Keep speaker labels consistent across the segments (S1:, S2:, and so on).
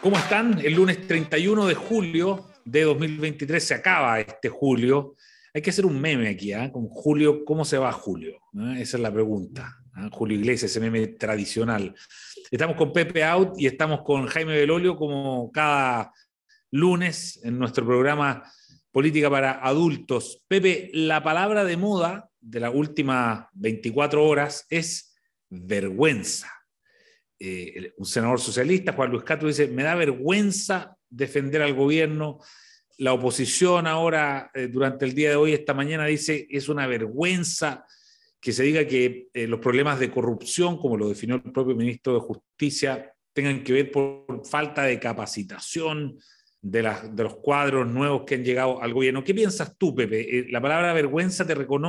S1: ¿Cómo están? El lunes 31 de julio de 2023 se acaba este julio. Hay que hacer un meme aquí, ¿eh? Con Julio, ¿cómo se va Julio? Esa es la pregunta. Julio Iglesias, ese meme tradicional. Estamos con Pepe Out y estamos con Jaime Belolio como cada lunes en nuestro programa Política para Adultos. Pepe, la palabra de moda de las últimas 24 horas es vergüenza. Un senador socialista, Juan Luis Castro, dice: me da vergüenza defender al gobierno. La oposición ahora, durante el día de hoy, esta mañana, dice: es una vergüenza que se diga que los problemas de corrupción, como lo definió el propio ministro de Justicia, tengan que ver por falta de capacitación de los cuadros nuevos que han llegado al gobierno. ¿Qué piensas tú, Pepe? ¿La palabra vergüenza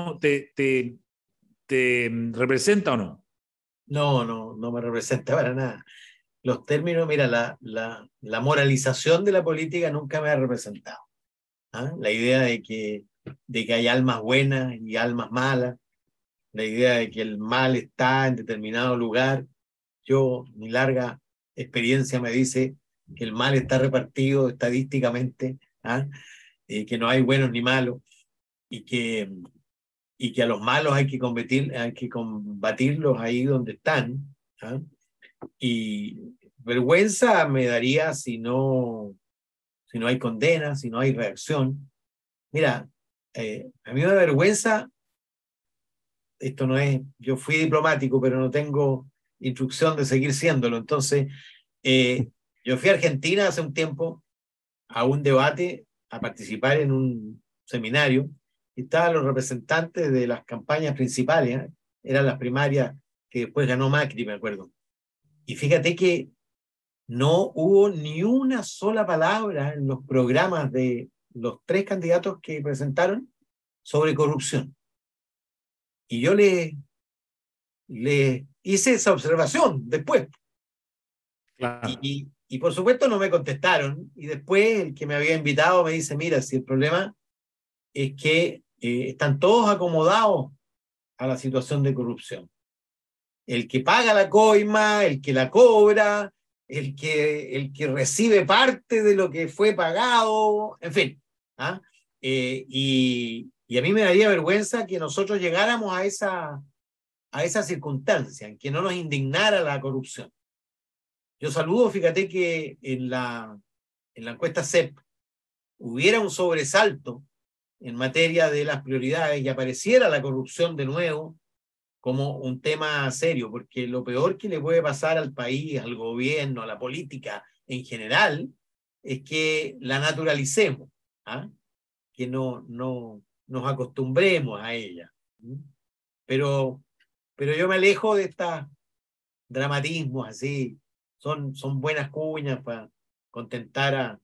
S1: te representa o no?
S2: No me representa para nada. Los términos, mira, la moralización de la política nunca me ha representado. ¿Ah? La idea de que hay almas buenas y almas malas, la idea de que el mal está en determinado lugar. Mi larga experiencia me dice que el mal está repartido estadísticamente, ¿ah? Que no hay buenos ni malos, y que a los malos hay que combatirlos ahí donde están, ¿ah? Y vergüenza me daría si no hay condena, si no hay reacción. Mira, a mí me da vergüenza, esto no es, yo fui diplomático, pero no tengo instrucción de seguir siéndolo. Entonces, yo fui a Argentina hace un tiempo a un debate, a participar en un seminario, y estaban los representantes de las campañas principales, ¿eh? Eran las primarias que después ganó Macri, me acuerdo. Y fíjate que no hubo ni una sola palabra en los programas de los tres candidatos que presentaron sobre corrupción. Y yo le hice esa observación después.
S1: Claro.
S2: Y por supuesto no me contestaron. Y después el que me había invitado me dice: mira, si el problema es que están todos acomodados a la situación de corrupción. El que paga la coima, el que la cobra, el que recibe parte de lo que fue pagado, en fin. ¿Ah? Y a mí me daría vergüenza que nosotros llegáramos a esa circunstancia, en que no nos indignara la corrupción. Yo saludo, fíjate que en la encuesta CEP hubiera un sobresalto en materia de las prioridades y apareciera la corrupción de nuevo como un tema serio, porque lo peor que le puede pasar al país, al gobierno, a la política en general, es que la naturalicemos, ¿ah? Que no nos acostumbremos a ella. Pero yo me alejo de estos dramatismos así. Son buenas cuñas para contentar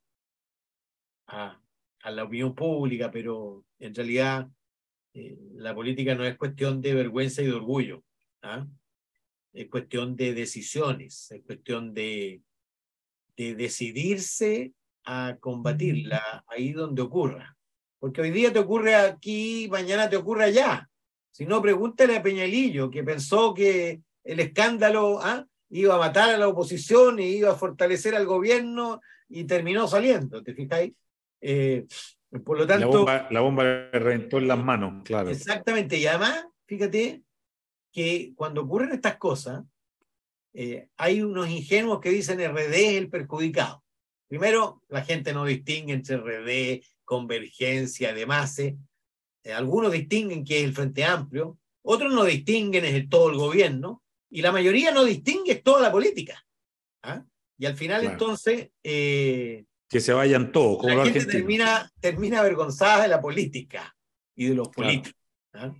S2: a la opinión pública, pero en realidad la política no es cuestión de vergüenza y de orgullo, ¿ah? Es cuestión de decisiones, es cuestión de decidirse a combatirla ahí donde ocurra. Porque hoy día te ocurre aquí, mañana te ocurre allá. Si no, pregúntale a Peñalillo, que pensó que el escándalo iba a matar a la oposición y iba a fortalecer al gobierno, y terminó saliendo, ¿te fijáis? Por lo tanto,
S1: La bomba le reventó en las manos, claro.
S2: exactamente. Y además, fíjate que cuando ocurren estas cosas, hay unos ingenuos que dicen RD es el perjudicado. Primero, la gente no distingue entre RD, Convergencia, demás. Algunos distinguen que es el Frente Amplio, otros no distinguen, es todo el gobierno, y la mayoría no distingue, es toda la política. ¿Ah? Y al final,
S1: Claro.
S2: entonces,
S1: Que se vayan todos, como
S2: la
S1: los
S2: gente
S1: argentinos.
S2: termina avergonzada de la política y de los
S1: Claro.
S2: políticos. ¿Ah?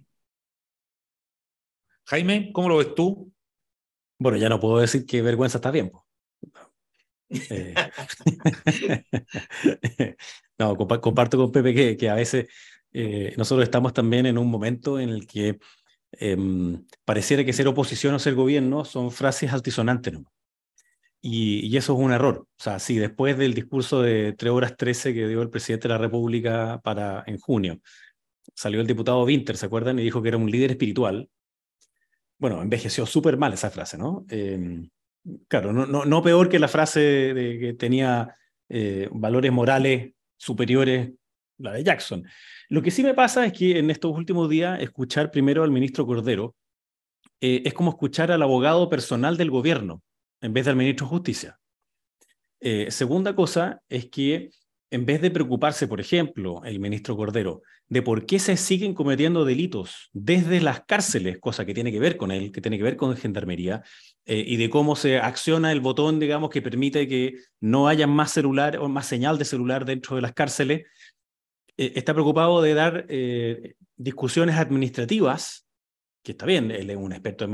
S1: Jaime, ¿cómo lo ves tú?
S3: Bueno, ya no puedo decir que vergüenza está bien. No, comparto con Pepe que a veces nosotros estamos también en un momento en el que pareciera que ser oposición o ser gobierno son frases altisonantes, ¿no? Y eso es un error. O sea, si después del discurso de 3 horas 13 que dio el presidente de la República en junio, salió el diputado Winter, ¿se acuerdan? Y dijo que era un líder espiritual. Bueno, envejeció súper mal esa frase, ¿no? Claro, no peor que la frase de que tenía valores morales superiores, la de Jackson. Lo que sí me pasa es que en estos últimos días escuchar primero al ministro Cordero es como escuchar al abogado personal del gobierno en vez del ministro de Justicia. Segunda cosa es que en vez de preocuparse, por ejemplo, el ministro Cordero, de por qué se siguen cometiendo delitos desde las cárceles, cosa que tiene que ver con él, que tiene que ver con Gendarmería, y de cómo se acciona el botón, digamos, que permite que no haya más celular o más señal de celular dentro de las cárceles, está preocupado de dar discusiones administrativas, que está bien, él es un experto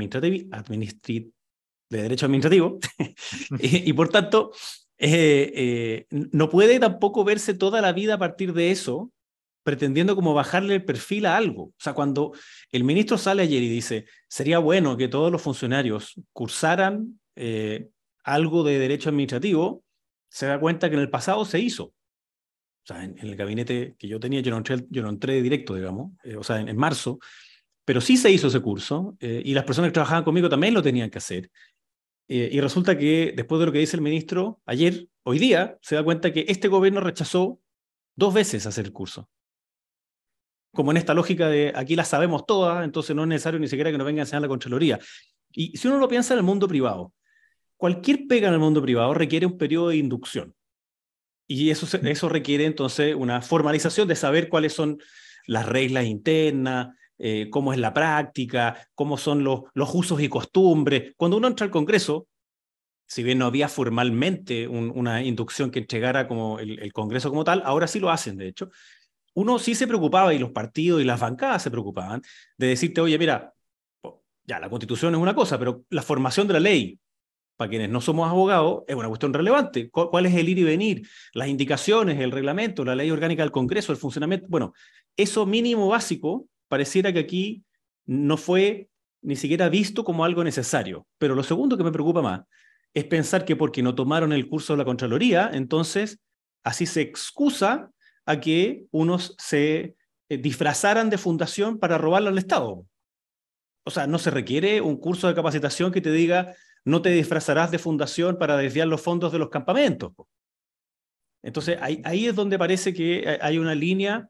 S3: de derecho administrativo, y por tanto, no puede tampoco verse toda la vida a partir de eso, pretendiendo como bajarle el perfil a algo. O sea, cuando el ministro sale ayer y dice, sería bueno que todos los funcionarios cursaran algo de derecho administrativo, se da cuenta que en el pasado se hizo. O sea, en el gabinete que yo tenía, yo no entré directo, digamos, o sea, en marzo, pero sí se hizo ese curso y las personas que trabajaban conmigo también lo tenían que hacer. Y resulta que después de lo que dice el ministro ayer, hoy día, se da cuenta que este gobierno rechazó 2 veces hacer el curso. Como en esta lógica de aquí las sabemos todas, entonces no es necesario ni siquiera que nos venga a enseñar la Contraloría. Y si uno lo piensa en el mundo privado, cualquier pega en el mundo privado requiere un periodo de inducción. Y eso requiere entonces una formalización de saber cuáles son las reglas internas, cómo es la práctica, cómo son los usos y costumbres. Cuando uno entra al Congreso, si bien no había formalmente una inducción que entregara como el Congreso como tal, ahora sí lo hacen, de hecho. Uno sí se preocupaba, y los partidos y las bancadas se preocupaban, de decirte, oye, mira, ya la Constitución es una cosa, pero la formación de la ley, para quienes no somos abogados, es una cuestión relevante. ¿Cuál es el ir y venir? Las indicaciones, el reglamento, la ley orgánica del Congreso, el funcionamiento. Bueno, eso mínimo básico pareciera que aquí no fue ni siquiera visto como algo necesario. Pero lo segundo que me preocupa más es pensar que porque no tomaron el curso de la Contraloría, entonces así se excusa a que unos se disfrazaran de fundación para robarle al Estado. O sea, no se requiere un curso de capacitación que te diga no te disfrazarás de fundación para desviar los fondos de los campamentos. Entonces, ahí es donde parece que hay una línea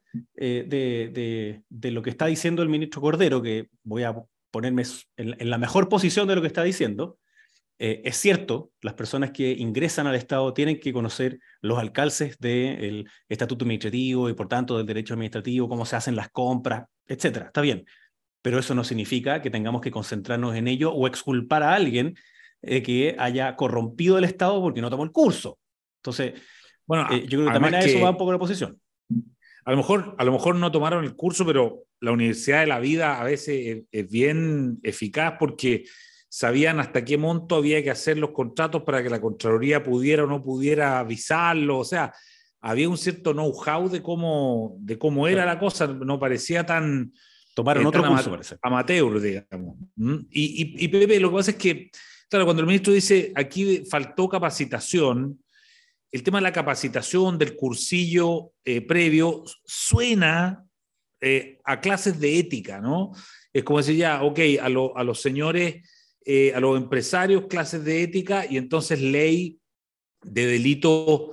S3: de lo que está diciendo el ministro Cordero, que voy a ponerme en la mejor posición de lo que está diciendo. Es cierto, las personas que ingresan al Estado tienen que conocer los alcances del estatuto administrativo y por tanto del derecho administrativo, cómo se hacen las compras, etcétera. Está bien, pero eso no significa que tengamos que concentrarnos en ello o exculpar a alguien que haya corrompido el Estado porque no tomó el curso. Entonces, bueno, yo creo que también a eso va un poco la posición.
S1: A lo mejor no tomaron el curso, pero la Universidad de la Vida a veces es bien eficaz porque sabían hasta qué monto había que hacer los contratos para que la Contraloría pudiera o no pudiera avisarlo. O sea, había un cierto know-how de cómo era la cosa. No parecía tan...
S3: Tomaron otro curso, parece.
S1: Amateur, digamos. Y Pepe, lo que pasa es que, claro, cuando el ministro dice aquí faltó capacitación, el tema de la capacitación, del cursillo previo, suena a clases de ética, ¿no? Es como decir, ya, ok, a los señores, a los empresarios, clases de ética, y entonces ley de delito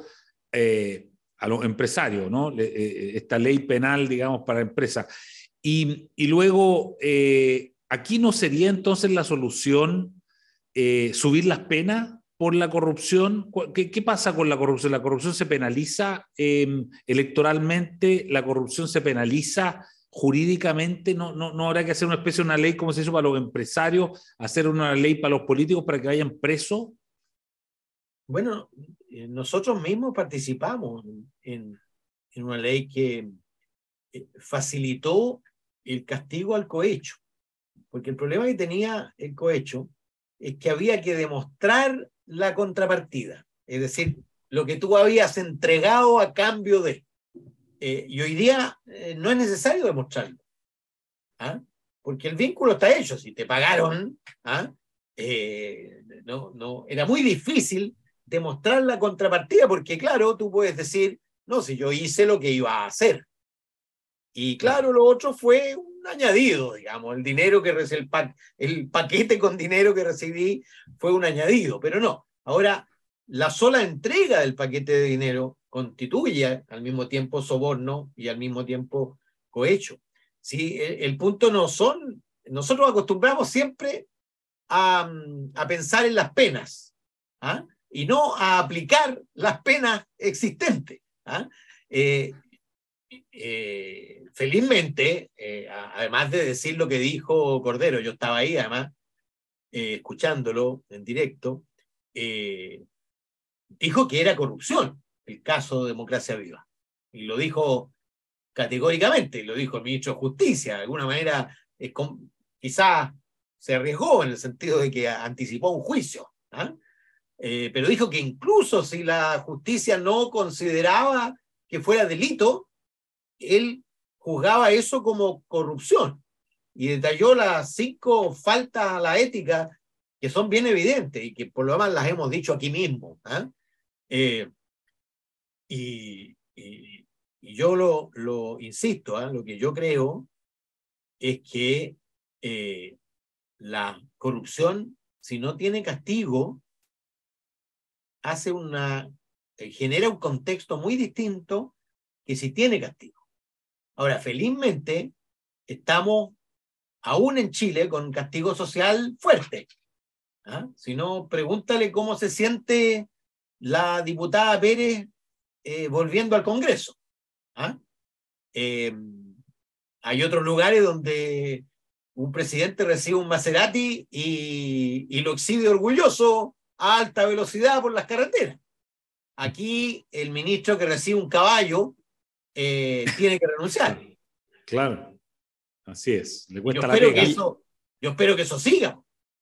S1: a los empresarios, ¿no? Esta ley penal, digamos, para empresas. Y luego, aquí no sería entonces la solución subir las penas por la corrupción. ¿Qué pasa con la corrupción? ¿La corrupción se penaliza electoralmente? ¿La corrupción se penaliza jurídicamente? ¿No habrá que hacer una especie de una ley como se hizo para los empresarios, hacer una ley para los políticos para que vayan presos?
S2: Bueno, nosotros mismos participamos en una ley que facilitó el castigo al cohecho, porque el problema que tenía el cohecho es que había que demostrar la contrapartida, es decir, lo que tú habías entregado a cambio de. Y hoy día no es necesario demostrarlo, ¿ah? Porque el vínculo está hecho. Si te pagaron, ¿ah? Era muy difícil demostrar la contrapartida, porque claro, tú puedes decir, no, si yo hice lo que iba a hacer. Y claro, lo otro fue añadido, digamos. El dinero que el paquete con dinero que recibí fue un añadido, pero no. Ahora, la sola entrega del paquete de dinero constituye al mismo tiempo soborno y al mismo tiempo cohecho. ¿Sí? El punto no son, nosotros acostumbramos siempre a pensar en las penas, ¿ah? Y no a aplicar las penas existentes, ¿ah? Felizmente, además de decir lo que dijo Cordero, yo estaba ahí además escuchándolo en directo, dijo que era corrupción el caso de Democracia Viva. Y lo dijo categóricamente, lo dijo el ministro de Justicia. De alguna manera, quizás se arriesgó en el sentido de que anticipó un juicio, ¿ah? Pero dijo que incluso si la justicia no consideraba que fuera delito, él juzgaba eso como corrupción y detalló las 5 faltas a la ética que son bien evidentes y que por lo demás las hemos dicho aquí mismo, ¿ah? Y yo lo insisto, ¿ah? Lo que yo creo es que la corrupción, si no tiene castigo, genera un contexto muy distinto que si tiene castigo. Ahora, felizmente, estamos aún en Chile con castigo social fuerte, ¿ah? Si no, pregúntale cómo se siente la diputada Pérez volviendo al Congreso, ¿ah? Hay otros lugares donde un presidente recibe un Maserati y lo exhibe orgulloso a alta velocidad por las carreteras. Aquí el ministro que recibe un caballo tiene que renunciar.
S1: Claro, así es. Le cuesta
S2: Yo
S1: la
S2: espero
S1: pega.
S2: yo espero que eso siga.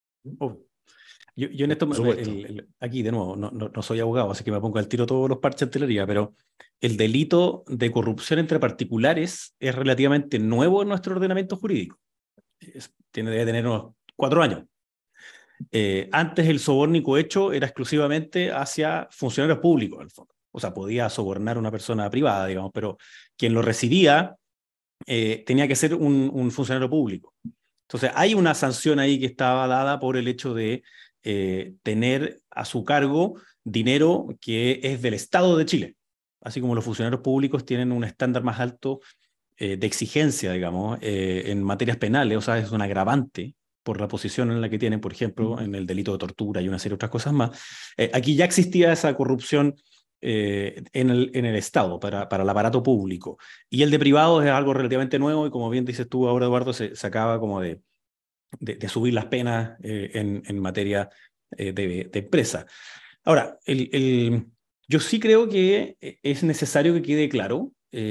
S3: Yo en esto, aquí de nuevo, no soy abogado, así que me pongo al tiro todos los parches de artillería, pero el delito de corrupción entre particulares es relativamente nuevo en nuestro ordenamiento jurídico. Debe tener unos 4 años. Antes el soborno y cohecho era exclusivamente hacia funcionarios públicos, al fondo. O sea, podía sobornar a una persona privada, digamos, pero quien lo recibía tenía que ser un funcionario público. Entonces, hay una sanción ahí que estaba dada por el hecho de tener a su cargo dinero que es del Estado de Chile. Así como los funcionarios públicos tienen un estándar más alto de exigencia, digamos, en materias penales, o sea, es un agravante por la posición en la que tienen, por ejemplo, en el delito de tortura y una serie de otras cosas más. Aquí ya existía esa corrupción en el Estado, para el aparato público. Y el de privado es algo relativamente nuevo y como bien dices tú ahora, Eduardo, se acaba como de subir las penas en materia de empresa. Ahora, yo sí creo que es necesario que quede claro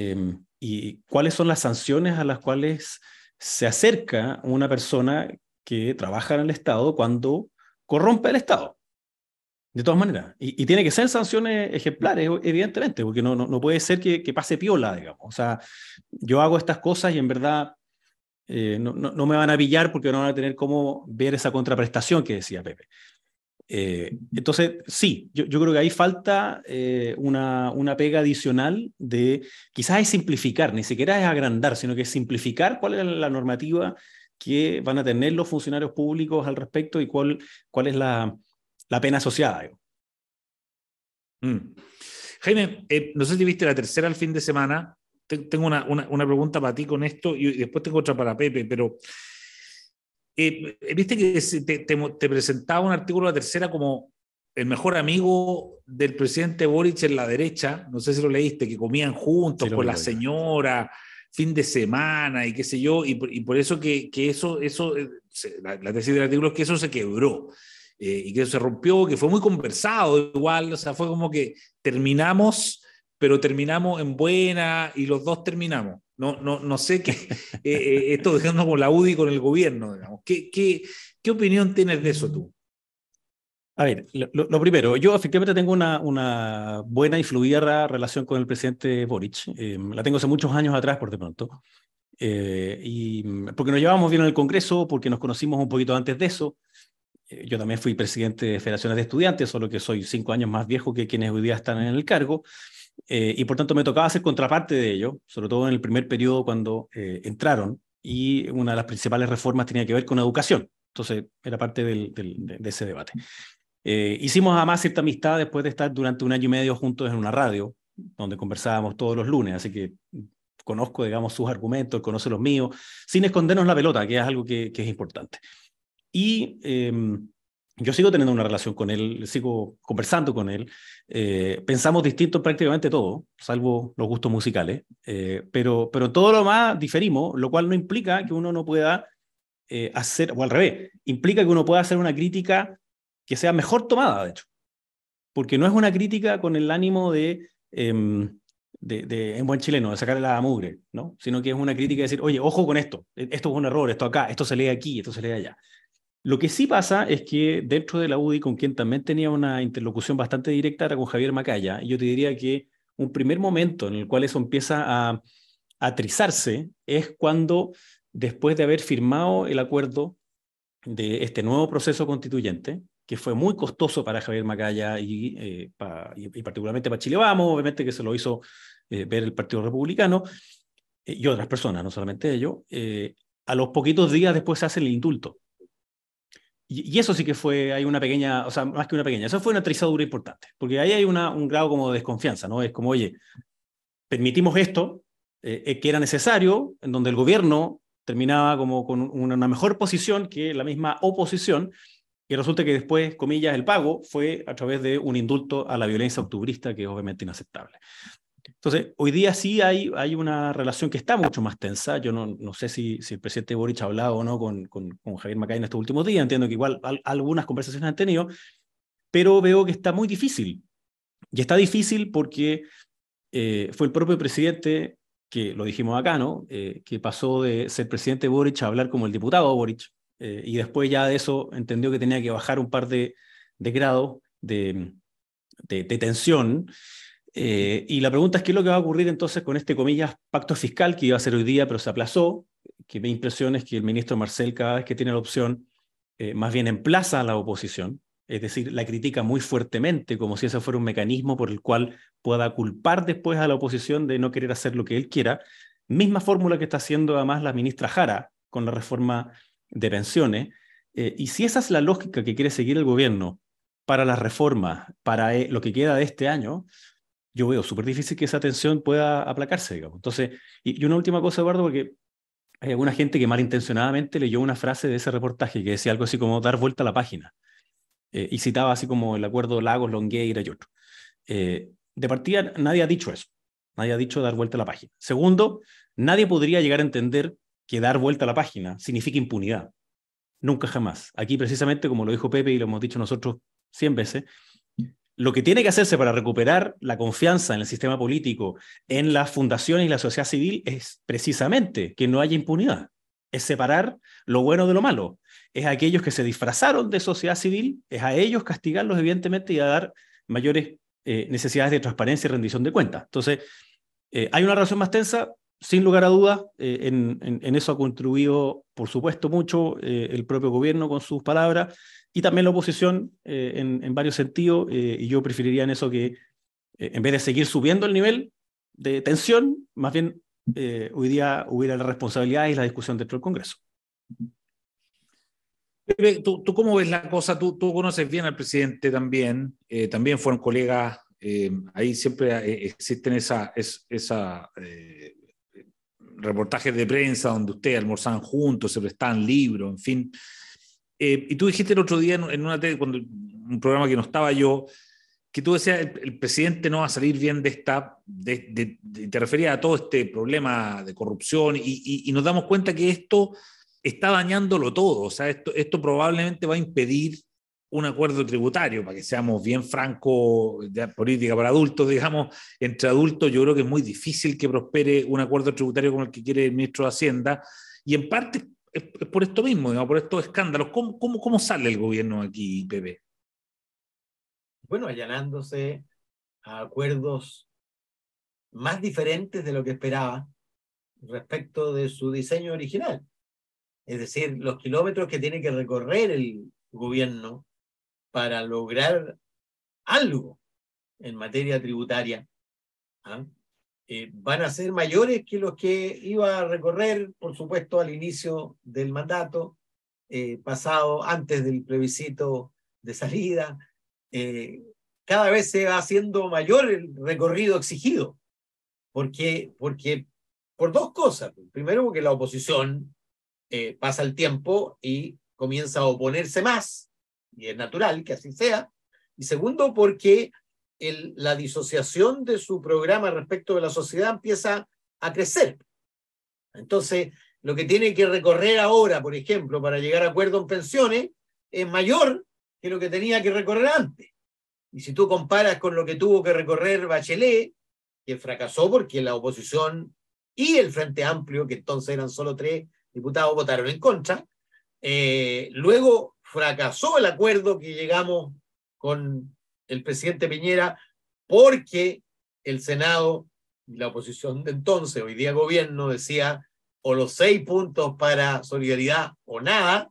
S3: y cuáles son las sanciones a las cuales se acerca una persona que trabaja en el Estado cuando corrompe el Estado. De todas maneras. Y tiene que ser sanciones ejemplares, evidentemente, porque no puede ser que pase piola, digamos. O sea, yo hago estas cosas y en verdad no me van a pillar porque no van a tener cómo ver esa contraprestación que decía Pepe. Entonces, sí, yo creo que ahí falta una pega adicional de, quizás es simplificar, ni siquiera es agrandar, sino que es simplificar cuál es la normativa que van a tener los funcionarios públicos al respecto y cuál es la pena asociada.
S1: Jaime, no sé si viste la tercera el fin de semana. Tengo una pregunta para ti con esto y después tengo otra para Pepe, pero viste que te presentaba un artículo de la tercera como el mejor amigo del presidente Boric en la derecha, no sé si lo leíste, que comían juntos con la señora, fin de semana y qué sé yo, y por eso que eso la tesis del artículo es que eso se quebró. Y que eso se rompió, que fue muy conversado igual, o sea, fue como que terminamos, pero terminamos en buena y los dos terminamos. No sé qué, esto dejando con la UDI con el gobierno, digamos. ¿Qué opinión tienes de eso tú?
S3: A ver, lo primero, yo efectivamente tengo una buena y fluida relación con el presidente Boric. La tengo hace muchos años atrás, por de pronto. Y porque nos llevamos bien en el Congreso, porque nos conocimos un poquito antes de eso. Yo también fui presidente de federaciones de estudiantes, solo que soy 5 años más viejo que quienes hoy día están en el cargo, y por tanto me tocaba ser contraparte de ellos, sobre todo en el primer periodo cuando entraron y una de las principales reformas tenía que ver con educación. Entonces, era parte de ese debate. Hicimos además cierta amistad después de estar durante 1 año y medio juntos en una radio, donde conversábamos todos los lunes, así que conozco, digamos, sus argumentos, conoce los míos, sin escondernos la pelota, que es algo que es importante. Y yo sigo teniendo una relación con él, sigo conversando con él. Pensamos distinto en prácticamente todo, salvo los gustos musicales, pero todo lo más diferimos, lo cual no implica que uno no pueda hacer, o al revés, implica que uno pueda hacer una crítica que sea mejor tomada, de hecho, porque no es una crítica con el ánimo en buen chileno, de sacarle la mugre, ¿no? Sino que es una crítica de decir, oye, ojo con esto es un error, esto acá, esto se lee aquí, esto se lee allá. Lo que sí pasa es que dentro de la UDI, con quien también tenía una interlocución bastante directa, era con Javier Macaya, y yo te diría que un primer momento en el cual eso empieza a trizarse es cuando, después de haber firmado el acuerdo de este nuevo proceso constituyente, que fue muy costoso para Javier Macaya y particularmente para Chile Vamos, obviamente que se lo hizo ver el Partido Republicano y otras personas, no solamente ellos, a los poquitos días después se hace el indulto. Y eso sí que hay una pequeña, o sea, más que una pequeña, eso fue una trizadura importante, porque ahí hay un grado como de desconfianza, ¿no? Es como, oye, permitimos esto, que era necesario, en donde el gobierno terminaba como con una mejor posición que la misma oposición, y resulta que después, comillas, el pago fue a través de un indulto a la violencia octubrista, que es obviamente inaceptable. Entonces, hoy día sí hay una relación que está mucho más tensa. Yo no sé si el presidente Boric ha hablado o no con Javier Macaya en estos últimos días. Entiendo que igual algunas conversaciones han tenido, pero veo que está muy difícil. Y está difícil porque fue el propio presidente, que lo dijimos acá, ¿no? Que pasó de ser presidente Boric a hablar como el diputado Boric, y después ya de eso entendió que tenía que bajar un par de grados de tensión. Y la pregunta es qué es lo que va a ocurrir entonces con este, comillas, pacto fiscal que iba a ser hoy día, pero se aplazó, que mi impresión es que el ministro Marcel, cada vez que tiene la opción, más bien emplaza a la oposición, es decir, la critica muy fuertemente, como si ese fuera un mecanismo por el cual pueda culpar después a la oposición de no querer hacer lo que él quiera. Misma fórmula que está haciendo además la ministra Jara con la reforma de pensiones. Y si esa es la lógica que quiere seguir el gobierno para las reformas, para lo que queda de este año, yo veo súper difícil que esa tensión pueda aplacarse, digamos. Entonces, y una última cosa, Eduardo, porque hay alguna gente que malintencionadamente leyó una frase de ese reportaje que decía algo así como dar vuelta a la página, y citaba así como el acuerdo Lagos, Longueira y otro. De partida, nadie ha dicho eso. Nadie ha dicho dar vuelta a la página. Segundo, nadie podría llegar a entender que dar vuelta a la página significa impunidad. Nunca jamás. Aquí precisamente, como lo dijo Pepe y lo hemos dicho nosotros 100 veces, lo que tiene que hacerse para recuperar la confianza en el sistema político, en las fundaciones y la sociedad civil, es precisamente que no haya impunidad. Es separar lo bueno de lo malo. Es a aquellos que se disfrazaron de sociedad civil, es a ellos castigarlos, evidentemente, y a dar mayores necesidades de transparencia y rendición de cuentas. Entonces, hay una relación más tensa, sin lugar a dudas. En eso ha contribuido, por supuesto, mucho el propio gobierno con sus palabras, y también la oposición en varios sentidos, y yo preferiría en eso que en vez de seguir subiendo el nivel de tensión, más bien hoy día hubiera la responsabilidad y la discusión dentro del Congreso.
S1: Pepe, ¿tú cómo ves la cosa? Tú conoces bien al presidente también, también fueron colegas, ahí siempre existen reportajes de prensa donde ustedes almorzaban juntos, se prestaban libros, en fin. Y tú dijiste el otro día en un programa que no estaba yo, que tú decías, el presidente no va a salir bien de esta, te referías a todo este problema de corrupción, y nos damos cuenta que esto está dañándolo todo. O sea, esto probablemente va a impedir un acuerdo tributario, para que seamos bien francos, de política para adultos, digamos, entre adultos yo creo que es muy difícil que prospere un acuerdo tributario como el que quiere el ministro de Hacienda, y en parte es por esto mismo, digamos, por estos escándalos. ¿Cómo sale el gobierno aquí, Pepe?
S2: Bueno, allanándose a acuerdos más diferentes de lo que esperaba respecto de su diseño original. Es decir, los kilómetros que tiene que recorrer el gobierno para lograr algo en materia tributaria, ¿ah? van a ser mayores que los que iba a recorrer, por supuesto, al inicio del mandato, pasado antes del plebiscito de salida. Cada vez se va haciendo mayor el recorrido exigido, porque por dos cosas. Primero, porque la oposición pasa el tiempo y comienza a oponerse más, y es natural que así sea. Y segundo, porque la disociación de su programa respecto de la sociedad empieza a crecer. Entonces, lo que tiene que recorrer ahora, por ejemplo, para llegar a acuerdo en pensiones, es mayor que lo que tenía que recorrer antes. Y si tú comparas con lo que tuvo que recorrer Bachelet, que fracasó porque la oposición y el Frente Amplio, que entonces eran solo 3 diputados, votaron en contra, luego fracasó el acuerdo que llegamos con el presidente Piñera porque el Senado y la oposición de entonces, hoy día gobierno, decía o los 6 puntos para solidaridad o nada.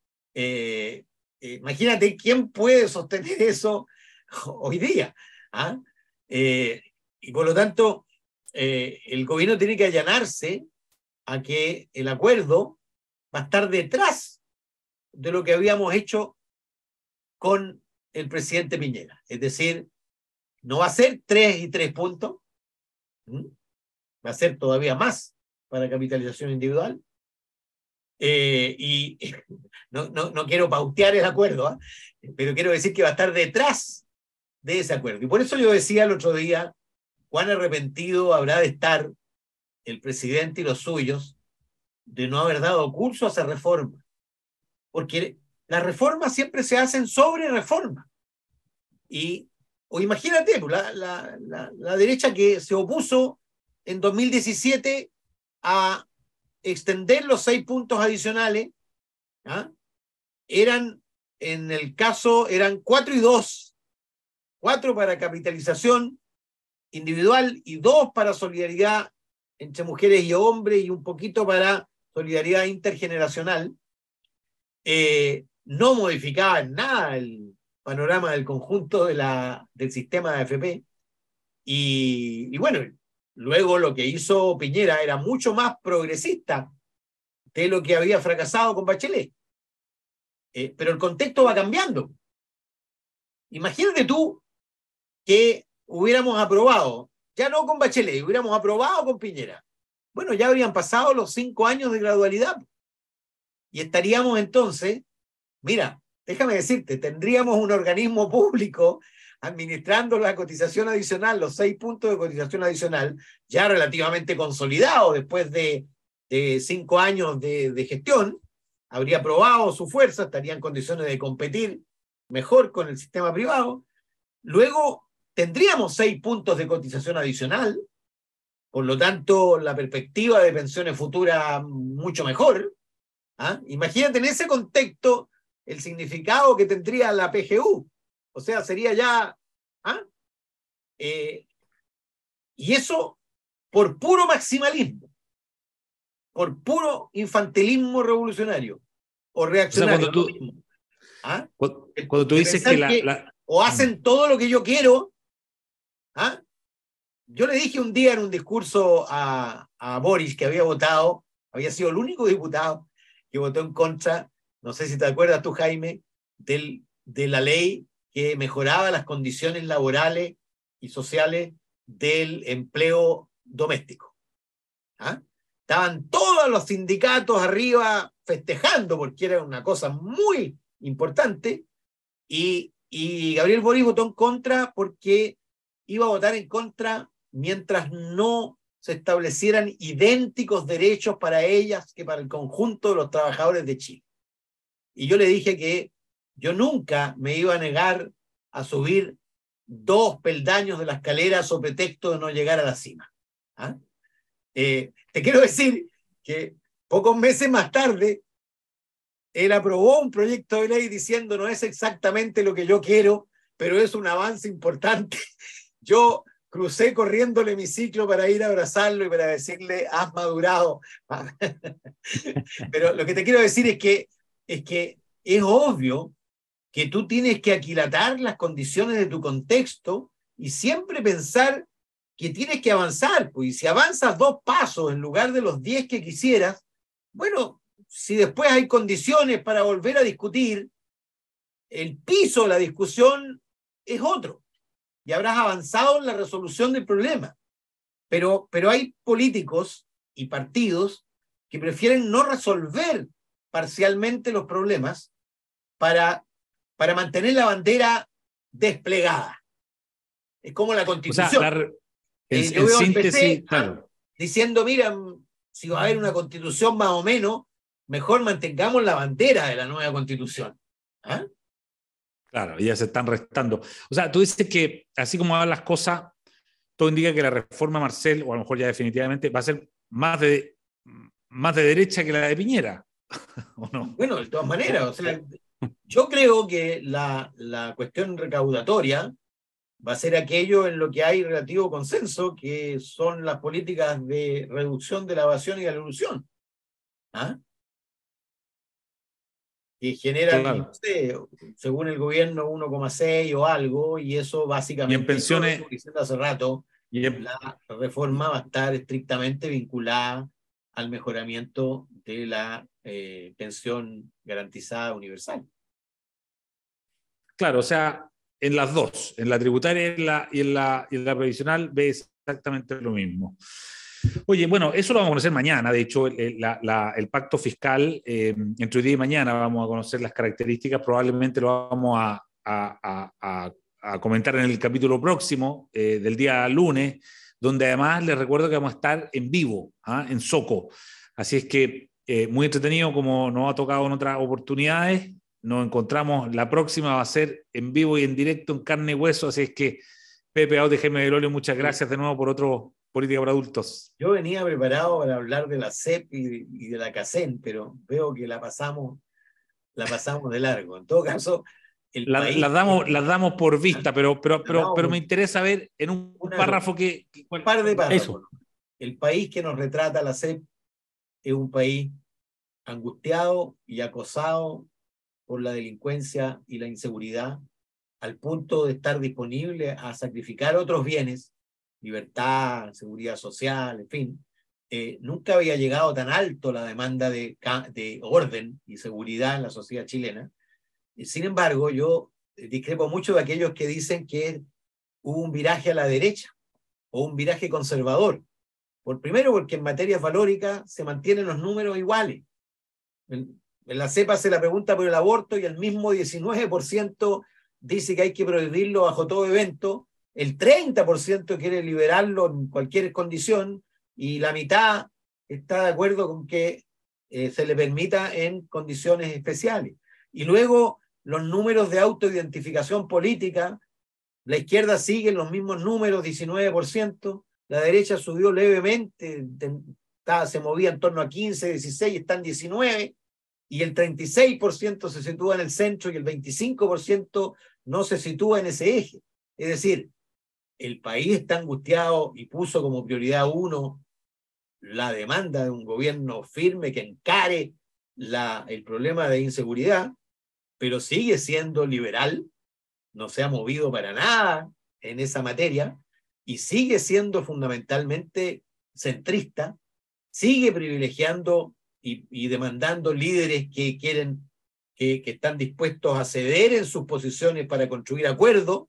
S2: Imagínate quién puede sostener eso hoy día. ¿Ah? Y por lo tanto, el gobierno tiene que allanarse a que el acuerdo va a estar detrás de lo que habíamos hecho con el presidente Piñera. Es decir, no va a ser 3 y 3 puntos, va a ser todavía más para capitalización individual. Y no quiero pautear el acuerdo, pero quiero decir que va a estar detrás de ese acuerdo. Y por eso yo decía el otro día, cuán arrepentido habrá de estar el presidente y los suyos de no haber dado curso a esa reforma. Porque las reformas siempre se hacen sobre reforma. O imagínate, la derecha que se opuso en 2017 a extender los 6 puntos adicionales, eran 4 y 2. 4 para capitalización individual y 2 para solidaridad entre mujeres y hombres y un poquito para solidaridad intergeneracional. No modificaba en nada el panorama del conjunto del sistema de AFP. Y bueno, luego lo que hizo Piñera era mucho más progresista de lo que había fracasado con Bachelet. Pero el contexto va cambiando. Imagínate tú que hubiéramos aprobado, ya no con Bachelet, hubiéramos aprobado con Piñera. Bueno, ya habrían pasado los 5 años de gradualidad. Y estaríamos entonces, mira, déjame decirte, tendríamos un organismo público administrando la cotización adicional, los 6 puntos de cotización adicional, ya relativamente consolidado después de 5 años de gestión, habría probado su fuerza, estaría en condiciones de competir mejor con el sistema privado. Luego tendríamos 6 puntos de cotización adicional, por lo tanto la perspectiva de pensiones futuras mucho mejor. Imagínate en ese contexto el significado que tendría la PGU. O sea, sería ya... y eso por puro maximalismo, por puro infantilismo revolucionario o reaccionario.
S1: O sea, cuando tú dices que
S2: o hacen todo lo que yo quiero. Yo le dije un día en un discurso a Boris, que había votado, había sido el único diputado que votó en contra, no sé si te acuerdas tú, Jaime, de la ley que mejoraba las condiciones laborales y sociales del empleo doméstico. Estaban todos los sindicatos arriba festejando porque era una cosa muy importante, y Gabriel Boric votó en contra porque iba a votar en contra mientras no se establecieran idénticos derechos para ellas que para el conjunto de los trabajadores de Chile. Y yo le dije que yo nunca me iba a negar a subir 2 peldaños de la escalera sobre pretexto de no llegar a la cima. Te quiero decir que pocos meses más tarde él aprobó un proyecto de ley diciendo no es exactamente lo que yo quiero, pero es un avance importante. Yo crucé corriendo el hemiciclo para ir a abrazarlo y para decirle, has madurado. Pero lo que te quiero decir es que es obvio que tú tienes que aquilatar las condiciones de tu contexto y siempre pensar que tienes que avanzar, pues, y si avanzas 2 pasos en lugar de los 10 que quisieras, bueno, si después hay condiciones para volver a discutir, el piso de la discusión es otro, y habrás avanzado en la resolución del problema. Pero hay políticos y partidos que prefieren no resolver parcialmente los problemas para mantener la bandera desplegada. Es como la Constitución.
S1: O sea,
S2: yo veo al PC
S1: claro,
S2: diciendo, mira, si va a haber una Constitución más o menos, mejor mantengamos la bandera de la nueva Constitución. ¿Ah?
S1: claro, ya se están restando. O sea, tú dices que así como van las cosas, todo indica que la reforma Marcel, o a lo mejor ya definitivamente, va a ser más de derecha que la de Piñera, ¿o no?
S2: Bueno, de todas maneras, o sea, yo creo que la cuestión recaudatoria va a ser aquello en lo que hay relativo consenso, que son las políticas de reducción de la evasión y de la elusión. ¿Ah? Que generan,
S1: Claro.
S2: no sé, según el gobierno, 1,6 o algo, y eso básicamente,
S1: Y en pensiones,
S2: yo diciendo hace rato, la reforma va a estar estrictamente vinculada al mejoramiento de la pensión garantizada universal.
S1: claro, o sea, en las dos, en la tributaria y en la previsional, ves exactamente lo mismo. Oye, bueno, eso lo vamos a conocer mañana. De hecho, el pacto fiscal, entre hoy día y mañana vamos a conocer las características. Probablemente lo vamos a comentar en el capítulo próximo del día lunes, donde además les recuerdo que vamos a estar en vivo, en Soco. Así es que muy entretenido, como nos ha tocado en otras oportunidades. Nos encontramos, la próxima va a ser en vivo y en directo, en carne y hueso. Así es que, Pepe Aude, Jaime Belolio, muchas gracias de nuevo por otro Política para Adultos.
S2: Yo venía preparado para hablar de la CEP y de la CACEN, pero veo que la pasamos de largo. En todo caso,
S1: las damos por vista, pero me interesa ver en un párrafo
S2: un par de párrafos.
S3: Eso.
S2: El país que nos retrata la CEP es un país angustiado y acosado por la delincuencia y la inseguridad, al punto de estar disponible a sacrificar otros bienes, libertad, seguridad social, en fin. Nunca había llegado tan alto la demanda de orden y seguridad en la sociedad chilena. Sin embargo, yo discrepo mucho de aquellos que dicen que hubo un viraje a la derecha o un viraje conservador. Primero, porque en materias valóricas se mantienen los números iguales. En la CEPA se la pregunta por el aborto y el mismo 19% dice que hay que prohibirlo bajo todo evento, el 30% quiere liberarlo en cualquier condición y la mitad está de acuerdo con que se le permita en condiciones especiales. Y luego los números de autoidentificación política, la izquierda sigue los mismos números, 19%, la derecha subió levemente, se movía en torno a 15, 16, están 19%, y el 36% se sitúa en el centro y el 25% no se sitúa en ese eje. Es decir, el país está angustiado y puso como prioridad 1 la demanda de un gobierno firme que encare el problema de inseguridad, pero sigue siendo liberal, no se ha movido para nada en esa materia, y sigue siendo fundamentalmente centrista, sigue privilegiando y demandando líderes que quieren, que están dispuestos a ceder en sus posiciones para construir acuerdos,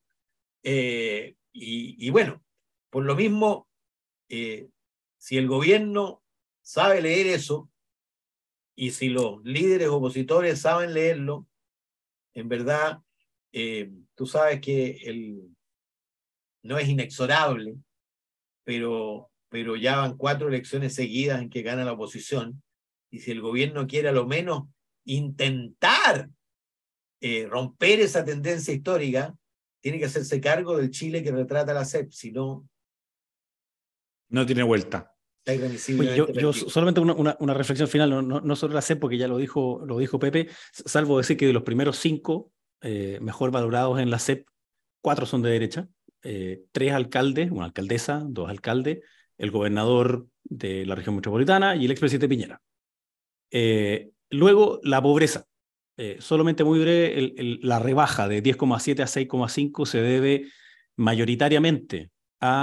S2: y bueno, por lo mismo, si el gobierno sabe leer eso, y si los líderes opositores saben leerlo, en verdad, tú sabes que no es inexorable, pero ya van 4 elecciones seguidas en que gana la oposición, y si el gobierno quiere a lo menos intentar romper esa tendencia histórica, tiene que hacerse cargo del Chile que retrata la CEP, si no...
S1: No tiene vuelta.
S3: Oye, yo solamente una reflexión final, no sobre la CEP, porque ya lo dijo Pepe, salvo decir que de los primeros 5 mejor valorados en la CEP, 4 son de derecha, 3 alcaldes, una alcaldesa, 2 alcaldes, el gobernador de la región metropolitana y el expresidente Piñera. Luego, la pobreza. Solamente muy breve, la rebaja de 10,7 a 6,5 se debe mayoritariamente a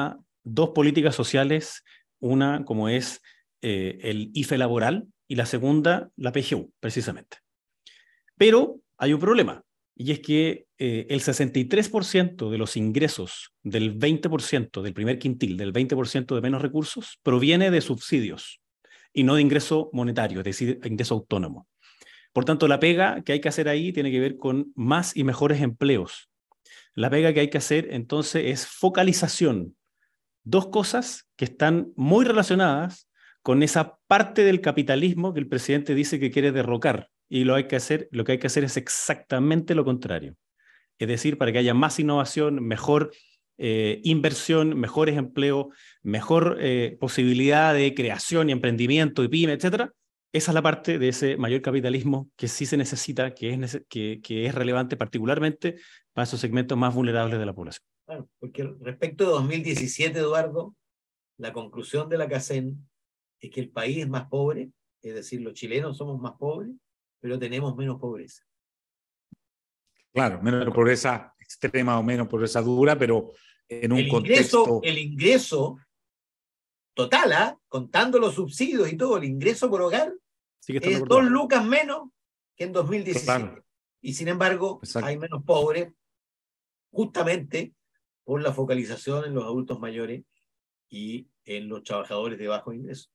S3: dos políticas sociales, una como es el IFE laboral y la segunda la PGU, precisamente. Pero hay un problema, y es que el 63% de los ingresos del 20%, del primer quintil, del 20% de menos recursos, proviene de subsidios y no de ingreso monetario, es decir, ingreso autónomo. Por tanto, la pega que hay que hacer ahí tiene que ver con más y mejores empleos. La pega que hay que hacer entonces es focalización. Dos cosas que están muy relacionadas con esa parte del capitalismo que el presidente dice que quiere derrocar. Y lo que hay que hacer es exactamente lo contrario. Es decir, para que haya más innovación, mejor inversión, mejores empleos, mejor posibilidad de creación y emprendimiento y pyme, etcétera. Esa es la parte de ese mayor capitalismo que sí se necesita, que es relevante particularmente para esos segmentos más vulnerables de la población.
S2: Bueno, porque respecto de 2017, Eduardo, la conclusión de la CACEN es que el país es más pobre, es decir, los chilenos somos más pobres, pero tenemos menos pobreza.
S1: Claro, menos pobreza extrema o menos pobreza dura, pero en un contexto...
S2: El ingreso total, contando los subsidios y todo, el ingreso por hogar es 2 lucas menos que en 2017. Claro. Y sin embargo, hay menos pobres justamente por la focalización en los adultos mayores y en los trabajadores de bajo ingreso.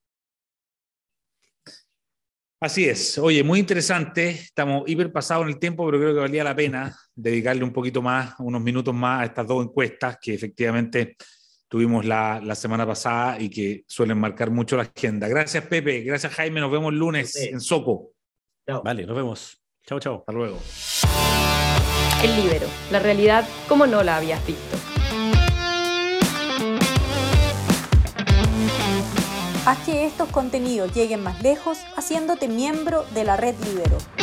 S1: Así es. Oye, muy interesante. Estamos hiper pasados en el tiempo, pero creo que valía la pena dedicarle un poquito más, unos minutos más a estas dos encuestas que efectivamente tuvimos la semana pasada y que suelen marcar mucho la agenda. Gracias, Pepe. Gracias, Jaime. Nos vemos el lunes en Soco.
S3: Chao. Vale, nos vemos. Chao, chao.
S1: Hasta luego.
S4: El Líbero. La realidad como no la habías visto.
S5: Haz que estos contenidos lleguen más lejos haciéndote miembro de la Red Líbero.